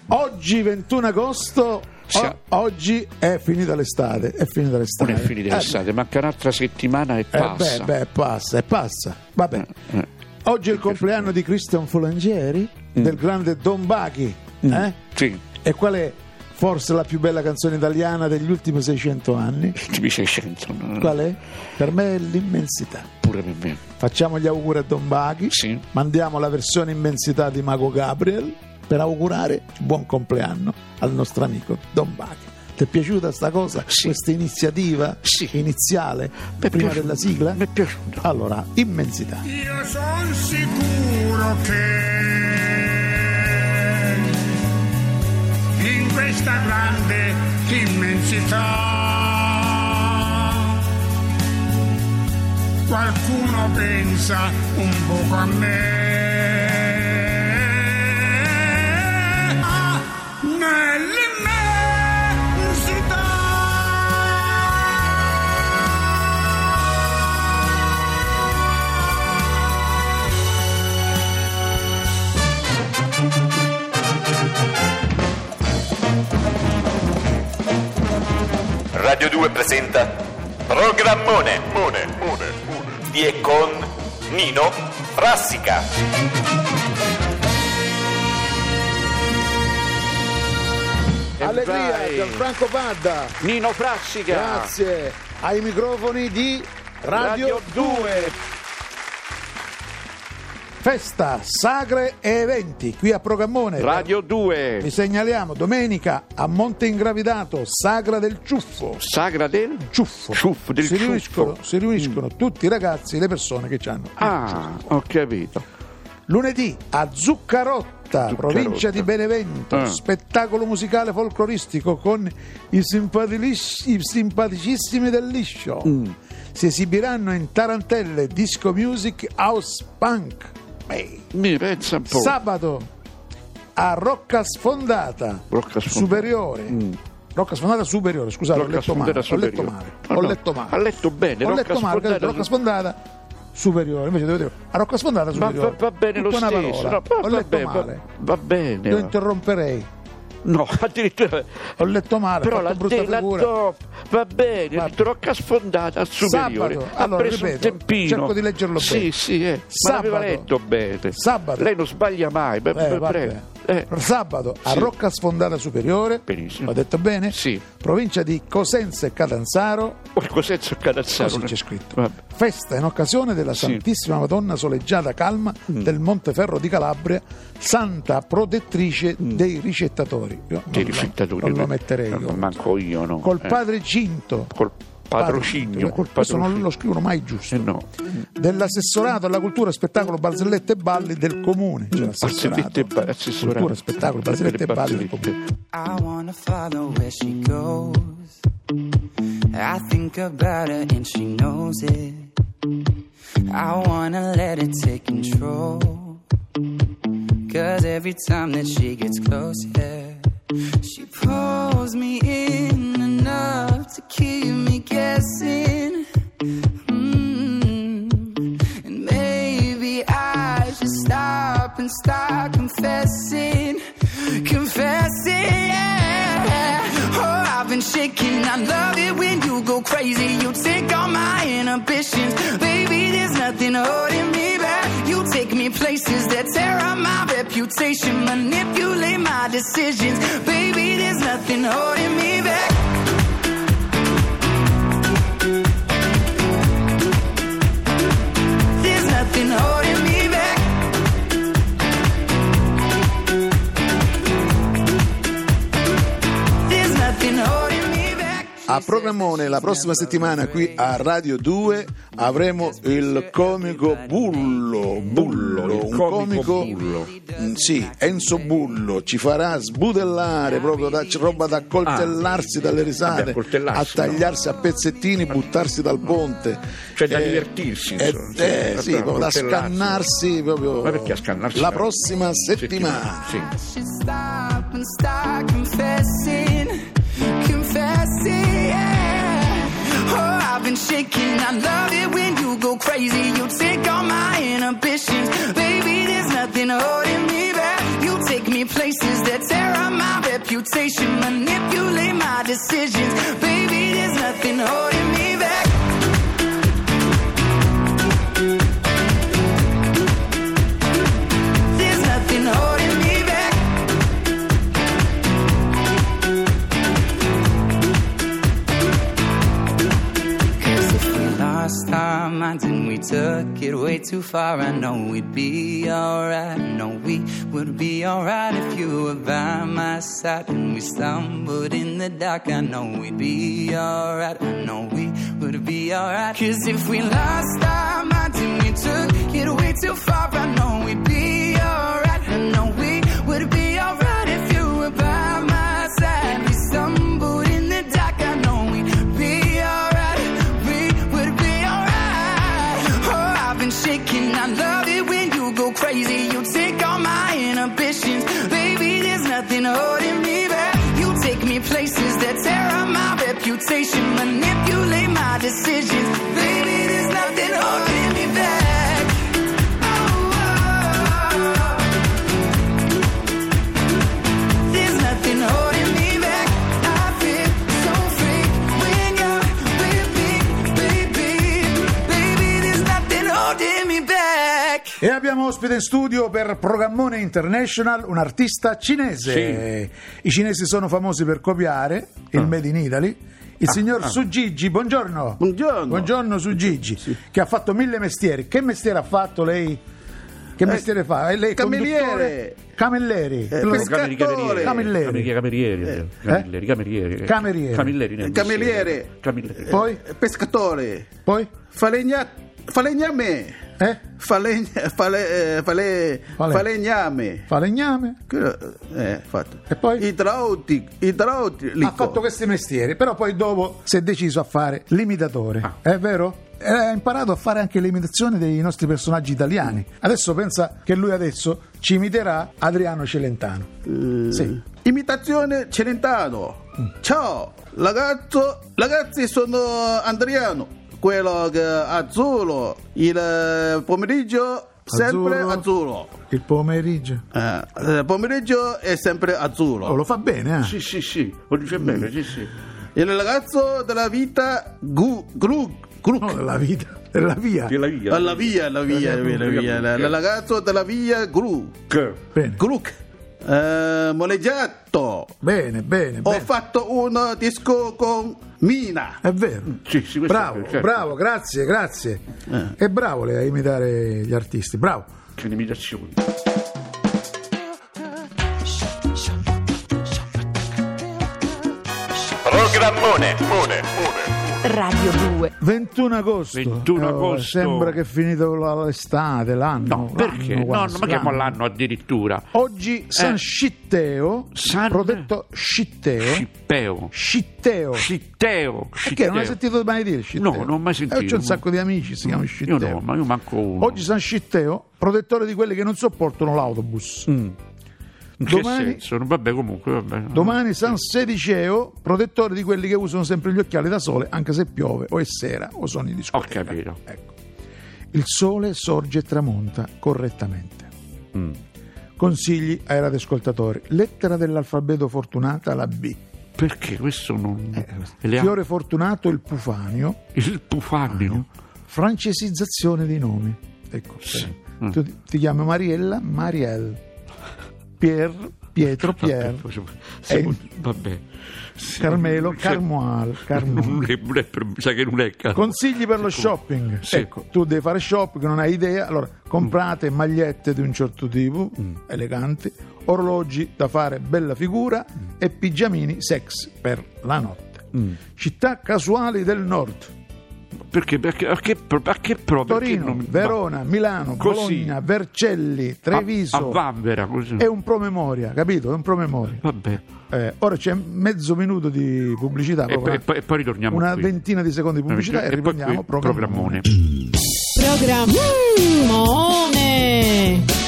Oggi 21 agosto, oggi è finita l'estate. Non è finita l'estate, manca un'altra settimana e passa. Passa. Vabbè. Oggi è il compleanno di Christian Folangeri, del grande Don Bachi. Sì. E qual è forse la più bella canzone italiana degli ultimi 600 anni? Ultimi 600. Qual è? Per me è L'Immensità. Pure per me. Facciamo gli auguri a Don Bachi. Sì. Mandiamo la versione Immensità di Mago Gabriel per augurare buon compleanno al nostro amico Don Bachi. Ti è piaciuta sta cosa? Sì. Questa iniziativa iniziale prima della sigla? Mi è piaciuta. Allora, Immensità. Io sono sicuro che in questa grande immensità qualcuno pensa un poco a me. Radio 2 presenta Programmone di e con Nino Frassica. Allegria, Gianfranco Padda. Nino Frassica. Grazie. Ai microfoni di Radio 2. Festa, sagre e eventi qui a Programmone. Radio 2. Vi segnaliamo domenica a Monte Ingravidato, Sagra del Ciuffo. Sagra del Ciuffo. Ciuffo, del ciuffo. Si riuniscono tutti i ragazzi, le persone che hanno. Ho capito. Lunedì a Zuccarotta, provincia di Benevento, spettacolo musicale folcloristico con i simpaticissimi del Liscio. Si esibiranno in tarantelle, disco music, house punk. Mi pensa un po'. Sabato a Rocca Sfondata Superiore. Rocca Sfondata Superiore, scusate, ho letto male. Ho letto bene, Rocca Sfondata Superiore, invece devo dire a Rocca Sfondata Superiore. Va bene lo stesso. No, ho letto male. Va bene. Lo interromperei. No, addirittura ho letto male, però la va bene, Rocca Sfondata Superiore. Sabato, allora ripeto, tempino. Cerco di leggerlo bene. Sì, ma l'aveva letto bene. Sabato. Lei non sbaglia mai. Sabato a Rocca Sfondata Superiore. Benissimo. Ho detto bene? Sì. Provincia di Cosenza e Catanzaro. Cosenza e Catanzaro. Così c'è scritto. Festa in occasione della Santissima Madonna Soleggiata Calma del Monteferro di Calabria, Santa Protettrice dei ricettatori. Io non lo metterei io. Manco io, no. Col Padre Cinto. Col patrocinio. Questo non lo scrivono mai giusto. No. Dell'assessorato alla cultura, spettacolo, barzellette e balli del comune. Cultura, spettacolo, barzellette e balli del comune. I wanna follow where she goes. I think about her and she knows it. I wanna let it take control. 'Cause every time that she gets close, she pulls me in enough to keep me guessing. And maybe I should stop and start confessing, yeah. Oh, I've been shaking, I love it when you go crazy. You take all my inhibitions, baby, there's nothing holding me back. You take me places that tear up my reputation, manipulate my decisions, baby, there's nothing holding me back. There's nothing holding me back. There's nothing holding me back. A Programmone la prossima settimana qui a Radio 2 avremo il comico Bullo, un comico sì, Enzo Bullo ci farà sbudellare proprio roba da coltellarsi dalle risate, a tagliarsi a pezzettini, buttarsi dal ponte, cioè da divertirsi, sì, proprio da scannarsi proprio. Ma perché a scannarsi? La prossima settimana. Sì. I've been shaking, I love it when you go crazy. You take all my inhibitions, baby, there's nothing holding me back. You take me places that tear up my took it way too far. I know we'd be alright. I know we would be alright if you were by my side. And we stumbled in the dark. I know we'd be alright. I know we would be alright. 'Cause if we lost our minds and we took it way too far, I know we'd be alright. I know we would be alright if you were by my side. We stumbled in the dark. I know we'd be alright. We would be alright. Oh, I've been shaking. I love it when you go crazy. You take all my inhibitions. Baby, there's nothing holding me back. You take me places that tear up my reputation. Manipulate my decisions. Baby, there's nothing holding me back. E abbiamo ospite in studio per Programmone International un artista cinese. Sì. I cinesi sono famosi per copiare il Made in Italy. Il signor Su Gigi, buongiorno. Buongiorno Su Gigi, sì. Che ha fatto 1000 mestieri. Che mestiere ha fatto lei? Che mestiere fa? Lei cameriere. Camerieri. Pescatore. Cameriere. Poi? Pescatore. Poi? Falegname. Falegname. Fatto. E poi? Idraulico. Ha fatto questi mestieri, però poi dopo si è deciso a fare l'imitatore. È vero? Ha imparato a fare anche l'imitazione dei nostri personaggi italiani. Adesso pensa che lui adesso ci imiterà Adriano Celentano. Sì. Imitazione Celentano. Ciao ragazzi, sono Adriano, quello che azzurro, il pomeriggio sempre azzurro. Il pomeriggio? Il pomeriggio è sempre azzurro. Oh, lo fa bene, eh? Sì, lo dice bene, sì. Il ragazzo della vita della via. Il ragazzo della via Gluck. Moneggiato. Bene. Ho fatto un disco con Mina. È vero. Sì, bravo, grazie. È bravo lei a imitare gli artisti, bravo. Che imitazioni. Programmone. Radio 2. 21 agosto. Sembra che è finito l'estate, l'anno. No, perché? No, ma chiamo l'anno addirittura. Oggi San Scitteo, protetto Scitteo. Perché non hai sentito mai dire Scitteo? No, non ho mai sentito. C'è un sacco di amici si chiamano Scitteo. Io no, ma io manco uno. Oggi San Scitteo, protettore di quelli che non sopportano l'autobus. Domani, vabbè. Domani San Sediceo, protettore di quelli che usano sempre gli occhiali da sole anche se piove o è sera o sono in discoteca. Ho capito. Ecco. Il sole sorge e tramonta correttamente. Consigli ai radioascoltatori: lettera dell'alfabeto fortunata, la B. Perché questo non... Fiore fortunato, il pufanio. Il pufanio? Francesizzazione dei nomi. Ecco, sì. Tu ti chiami Mariella, Marielle. Pietro, vabbè. Carmelo, Carmual. Sa che non è Consigli per lo shopping. Sì. Ecco, tu devi fare shopping, non hai idea, allora comprate magliette di un certo tipo, eleganti, orologi da fare bella figura e pigiamini sexy per la notte. Città casuali del nord. Perché proprio? Torino, Verona, Milano, così. Bologna, Vercelli, Treviso. A Vanvera, così. È un promemoria, capito? È un promemoria. Vabbè. Ora c'è mezzo minuto di pubblicità. E poi ritorniamo una qui. Ventina di secondi di pubblicità e riprendiamo Programmone. Programmone.